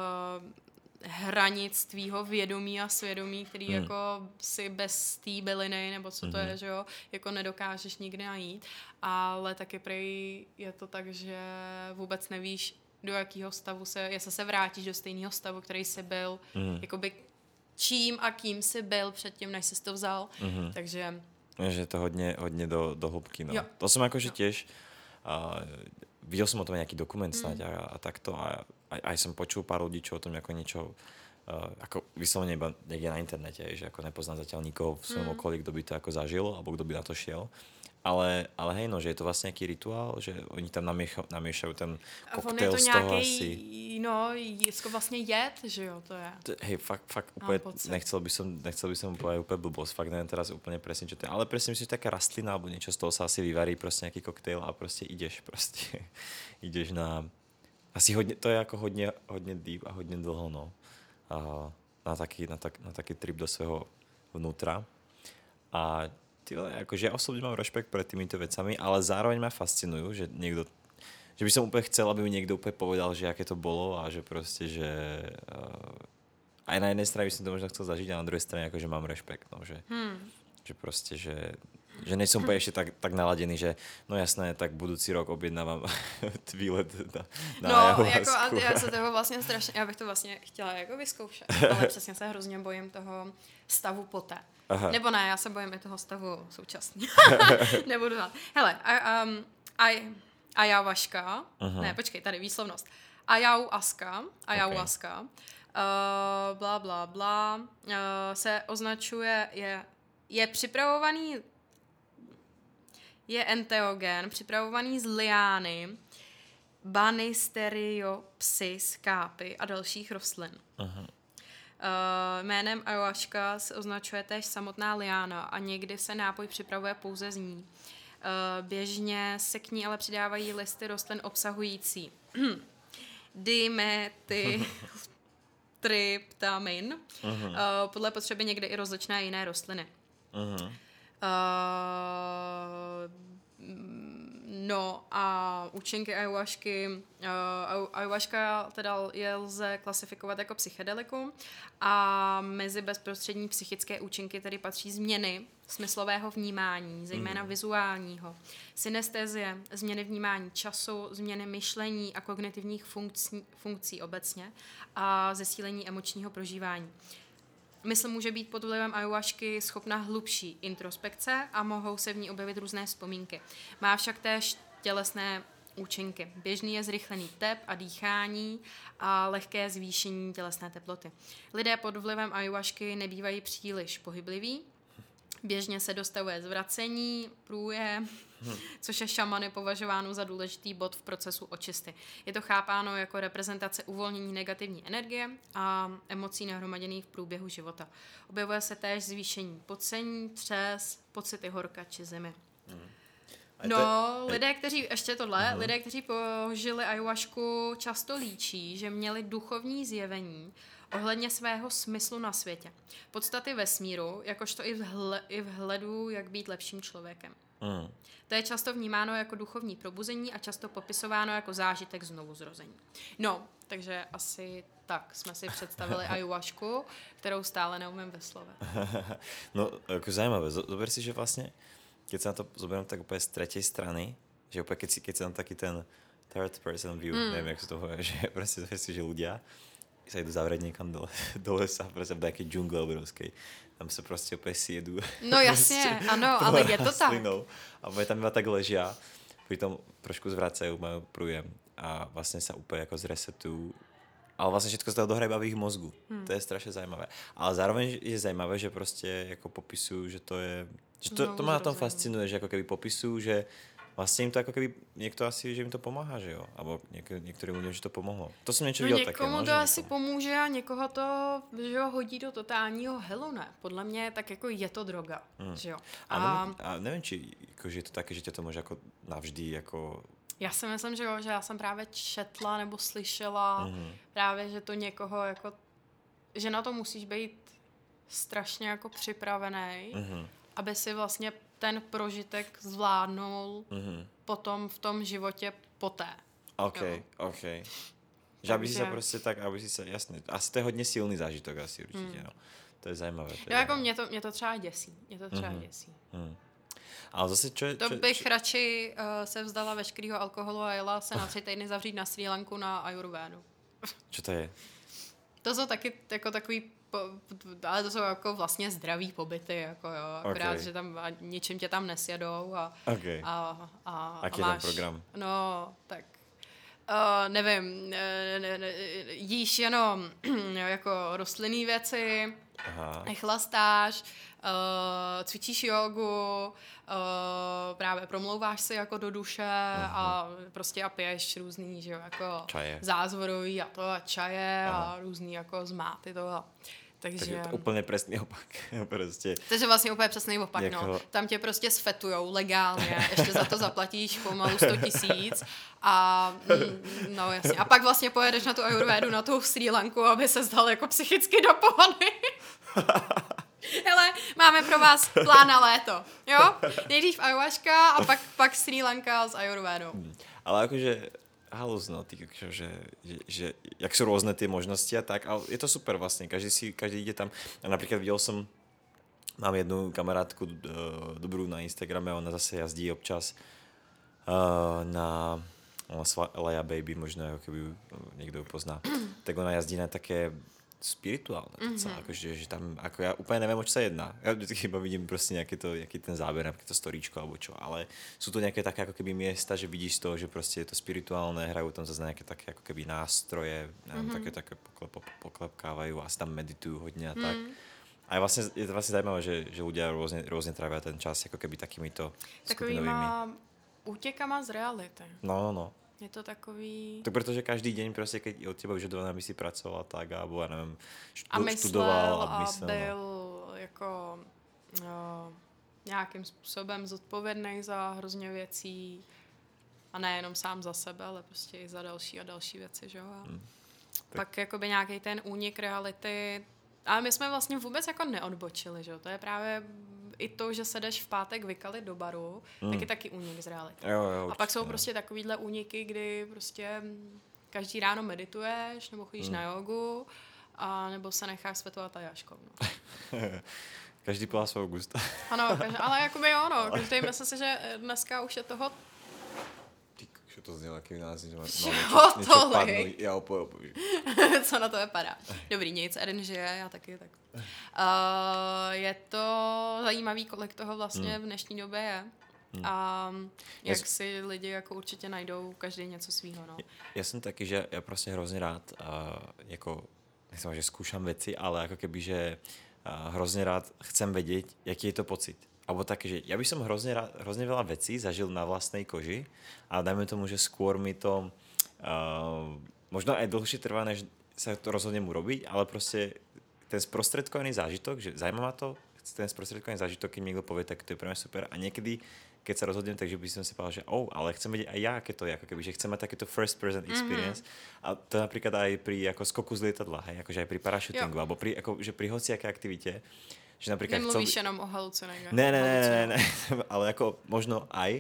hranic tvýho vědomí a svědomí, který jako si bez té byliny, nebo co to je, že jo, jako nedokážeš nikdy najít. Ale taky prej je to tak, že vůbec nevíš, do jakého stavu jestli se vrátíš do stejného stavu, který jsi byl, jakoby čím a kým jsi byl předtím, než jsi to vzal. Takže že je to hodně do hĺbky. No. To som akože tiež videl som o tom nejaký dokument snáď a takto a aj som počul pár ľudí, čo o tom ako niečo ako vyslovene iba niekde na internete, že ako nepoznám zatiaľ nikoho v svojom okolí, kto by to ako zažil alebo kto by na to šiel. Ale hej, no, že je to vlastne nejaký rituál, že oni tam namiešajú ten koktail z toho nějaký, asi. No, jízko vlastně jed, že jo, to je. Hej, fakt úplne, nechcel by som povedať úplne blbosť, fakt neviem teraz úplne presne, čo to je, ale presne myslím, že taká rastlina alebo niečo z toho sa asi vyvarí, proste nejaký koktail a proste ideš na, asi hodne, to je ako hodne deep a hodne dlho, no, na taký trip do svojho vnútra a akože ja osobne mám rešpekt pred týmito vecami, ale zároveň ma fascinujú, že že by som úplne chcel, aby mi niekto úplne povedal, že aké to bolo a že proste, že aj na jednej strane by som to možno chcel zažiť a na druhej strane akože mám rešpekt, no, že proste, že nejsem úplne ešte tak naladený, že no jasné, tak budúci rok objednávam výlet na jako já se toho vlastně strašně, já bych to vlastně chtěla jako vyzkoušet, ale přesně se hrozně bojím toho stavu poté. Aha. Nebo ne, já se bojím i toho stavu současně. Nebudu dát. Hele, ayahuasca, ne, počkej, tady výslovnost. Ayahuasca, bla, bla, bla, se označuje, je připravovaný, je enteogen, připravovaný z liány, Banisteriopsis kápy a dalších rostlin. Jménem ayahuasca se označuje též samotná liána a někdy se nápoj připravuje pouze z ní. Běžně se k ní ale přidávají listy rostlin obsahující dimetyltryptamin, podle potřeby někdy i rozličné jiné rostliny. No a účinky ayahuasca teda lze klasifikovat jako psychedelikum a mezi bezprostřední psychické účinky tedy patří změny smyslového vnímání, zejména vizuálního, synestézie, změny vnímání času, změny myšlení a kognitivních funkcí obecně a zesílení emočního prožívání. Mysl může být pod vlivem ayahuasky schopna hlubší introspekce a mohou se v ní objevit různé vzpomínky. Má však též tělesné účinky. Běžný je zrychlený tep a dýchání a lehké zvýšení tělesné teploty. Lidé pod vlivem ayahuasky nebývají příliš pohybliví. Běžně se dostavuje zvracení, průjem, což je šamany považováno za důležitý bod v procesu očisty. Je to chápáno jako reprezentace uvolnění negativní energie a emocí nahromaděných v průběhu života. Objevuje se též zvýšení pocení, třes, pocity horka či zimy. Lidé, kteří požili ayahuasku, často líčí, že měli duchovní zjevení ohledně svého smyslu na světě. Podstaty vesmíru, jakožto i vhledu, jak být lepším člověkem. To je často vnímáno jako duchovní probuzení a často popisováno jako zážitek znovuzrození. No, takže asi tak jsme si představili ayahuasku, kterou stále neumím vyslovit. No, jako zajímavé. Zober si, že vlastně, keď sa na to zoberiem tak úplne z tretej strany, že úplne keď sa tam taký ten third person view, neviem, jak sa to hovorí, že proste zober si, že ľudia sa idú zavrieť niekam do lesa, proste v takej džungle obrovskej. Tam sa proste úplne sjedú. No jasne, ano, ale je to tak. A tam iba tak ležia, pritom trošku zvracajú, majú prújem a vlastne sa úplne ako zresetujú. Ale vlastne všetko sa to dohrá iba v ich mozgu. To je strašne zajímavé. Ale zároveň je zajímavé, že proste ako popisujú, že to je... Že to ma na tom fascinuje, že ako keby popisujú, že vlastne im to ako keby niekto asi, že im to pomáha, že jo? Alebo niektorým ľuďom, že to pomohlo. To som niečo videl také. Někomu to asi pomůže a někoho to, že jo, hodí do totálního helu, ne? Podle mě tak jako je to droga, že jo. A neviem, či akože je to také, že ťa to môže ako navždy jako... Já si myslím, že jo, že já jsem právě četla nebo slyšela právě, že to někoho jako, že na to musíš být strašně jako připravený, aby si vlastně ten prožitek zvládnul potom v tom životě poté. OK. Že aby si sa proste tak, aby si sa, jasne, asi to je hodně silný zážitok asi určitě, no. To je zajímavé. Jo, jako mě to třeba děsí. Ale zase čo bych radši se vzdala veškerýho alkoholu a jela se na 3 týdny zavřít na Srí Lanku na Ayurvédu. Čo to je? To jsou taky jako takový, ale to jsou jako vlastně zdravý pobyty, jako jo, akorát, že tam ničím tě tam nesjedou Aký je ten program? No, tak nevím, jíš jenom jako rostlinný věci, chlastáš, cvičíš jogu, právě promlouváš si jako do duše a prostě a piješ různý, že jo, jako čaje. Zázvorový a to a čaje a různý jako zmáty to. Takže to úplně přesný opak. Prostě. Takže vlastně úplně přesný opak, jako... no. Tam tě prostě sfetujou legálně, ještě za to zaplatíš pomalu 100 000 a no jasně. A pak vlastně pojedeš na tu Ayurvédu, na tu Srí Lanku, aby se zdal jako psychicky do pohody. Hele, máme pro vás plán na léto, jo? Nejdřív ayahuasca a pak Srí Lanka s Ayurvédou. Ale jakože halus, no, že jak jsou různé ty možnosti a tak, ale je to super vlastně, každý jde tam. A například viděl jsem, mám jednu kamarádku dobrou na Instagrame, ona zase jazdí občas na Leia Baby, možno jako keby někdo pozná, tak ona jazdí na také spirituálne docela, akože, že tam, ako ja úplne neviem, o čo sa jedná. Ja vždycky iba vidím proste nejaký ten záber, napríklad to storíčko alebo čo, ale sú to nejaké také ako keby miesta, že vidíš to, že proste je to spirituálne, hrajú tam zase nejaké také ako keby nástroje, neviem, také poklepkávajú a tam meditujú hodne a tak. A je to vlastne zaujímavé, že ľudia rôzne trávia ten čas ako keby takýmito skupinovými. Takovýma útekama z reality. No. Je to takový... Tak protože každý deň prostě, keď od teba vyžadované, aby si pracoval tak, alebo ja neviem, študoval a myslel. A byl jako nějakým způsobem zodpovědný za hrozně věcí a nejenom sám za sebe, ale prostě i za další a další věci, že jo? Pak jakoby nějaký ten únik reality. Ale my jsme vlastně vůbec jako neodbočili, že jo? To je právě i to, že se jdeš v pátek vykalit do baru, tak je taky únik z reality. Jo, a pak jsou prostě takovýhle úniky, kdy prostě každý ráno medituješ, nebo chodíš na jogu, a nebo se necháš světovat ajáškou. No. Každý podle svého gusta. Ano, ale jakoby jo, no. Každý myslí si, že dneska už je toho... Že to znělo jaký názor, že něco padnou. Já opoju. Co na to vypadá. Dobrý, nic, Eden žije, já taky tak. Je to zajímavý, kolik toho vlastně v dnešní době je. A jak si lidi jako určitě najdou každý něco svýho, no. Já jsem taky, že já prostě hrozně rád, jako, nechcem, že zkoušám věci, ale jako keby, že hrozně rád chcem vědět, jaký je to pocit. Alebo také, že ja by som hrozne veľa vecí zažil na vlastnej koži a dajme tomu, že skôr mi to možno aj dlhšie trvá, než sa to rozhodnem urobiť, ale proste ten sprostredkovaný zážitok, že zaujíma ma to, ten sprostredkovaný zážitok, keď mi niekto povie, tak to je pre mňa super a niekedy, keď sa rozhodnem, takže by som si povedal, že ale chcem vedieť aj ja, aké to je, ako keby, že chcem mať takéto first person experience a to napríklad aj pri ako skoku z lietadla, hej, akože aj pri parašutingu, alebo pri, ako, že pri hociaké aktivite. Že napríklad nemluvíš jenom o halucinách. Ne, ale ako možno aj,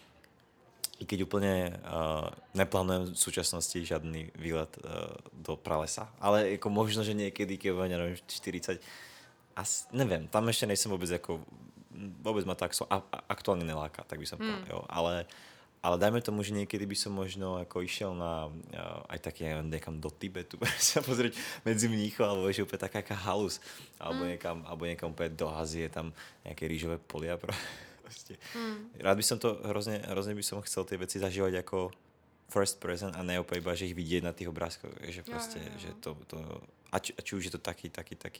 i keď úplne neplánujem v súčasnosti žiadny výlet do pralesa, ale ako možno, že niekedy, keď bude, neviem, 40, neviem, tam ešte nejsem vôbec ako, vôbec ma to aktuálne neláka, tak by som povedal, jo, ale dajme tomu, že niekedy by som možno ako išiel na aj také, neviem, niekam do Tibetu, sa pozrieť medzi mníchov, alebo že úplne taká halus, alebo niekam úplne do Ázie, tam nejaké rýžové polia. Proste. Rád by som to, hrozne by som chcel tie veci zažívať ako first person a ne úplne iba, že ich vidieť na tých obrázkoch, že proste, že to a či už je to taký,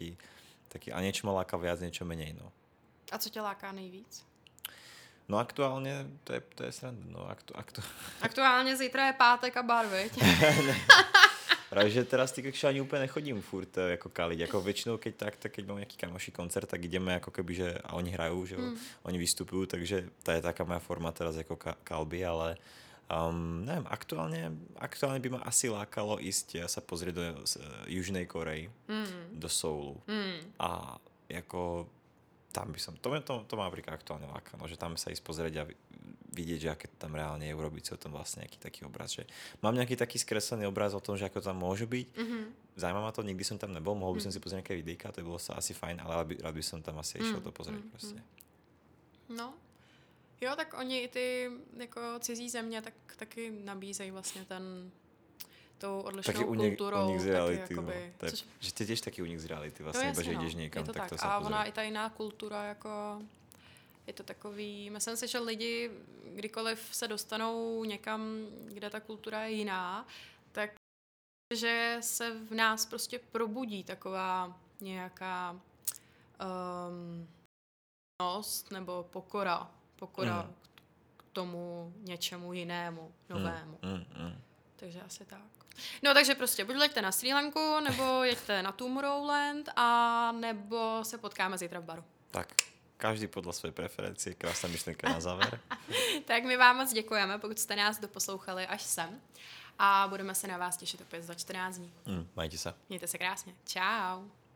a niečo ma láka viac, niečo menej, no. A co tě láká nejvíc? No aktuálně, to je sranda, no. Aktuálně zítra je pátek a bar, viď? Právě, že teraz ty ani úplně nechodím furt jako kaliť, jako většinou keď keď mám nějaký kamoší koncert, tak jdeme jako keby, že a oni hrajou, že oni vystupují, takže to je taká moja forma teraz jako kalby, ale nevím, aktuálně by ma asi lákalo ísť sa pozrieť do Južnej Koreji, do Soulu a jako Tam by som, to má napríklad aktuálne láka, no, že tam sa ísť pozrieť a vidieť, že aké to tam reálne je, urobiť si o tom vlastne nejaký taký obraz, že mám nejaký taký skreslený obraz o tom, že ako tam môže byť, zaujíma ma to, nikdy som tam nebol, mohol by som si pozrieť nejaké videjka, to by bolo sa asi fajn, ale rád by som tam asi išiel to pozrieť prostě. No, jo, tak oni i ty jako cizí země tak taky nabízejí vlastně tou odlišnou taky kulturou. Taky unik z reality, taky jakoby, no. Že ty tiež taký unik z reality, vlastně, no, iba že jasně, ideš někam, je to tak to tak. sa A pozrie. ona i ta jiná kultura, jako je to takový, myslím si, že lidi, kdykoliv se dostanou někam, kde ta kultura je jiná, tak že se v nás prostě probudí taková nějaká nebo pokora k tomu něčemu jinému, novému. Takže asi tak. No takže prostě buď leďte na Srí Lanku, nebo jeďte na Tomorrowland, a nebo se potkáme zítra v baru. Tak, každý podle své preferencie, krásná myšlenka na záver. Tak my vám moc děkujeme, pokud jste nás doposlouchali až sem, a budeme se na vás těšit opět za 14 dní. Majte se. Mějte se krásně. Čau.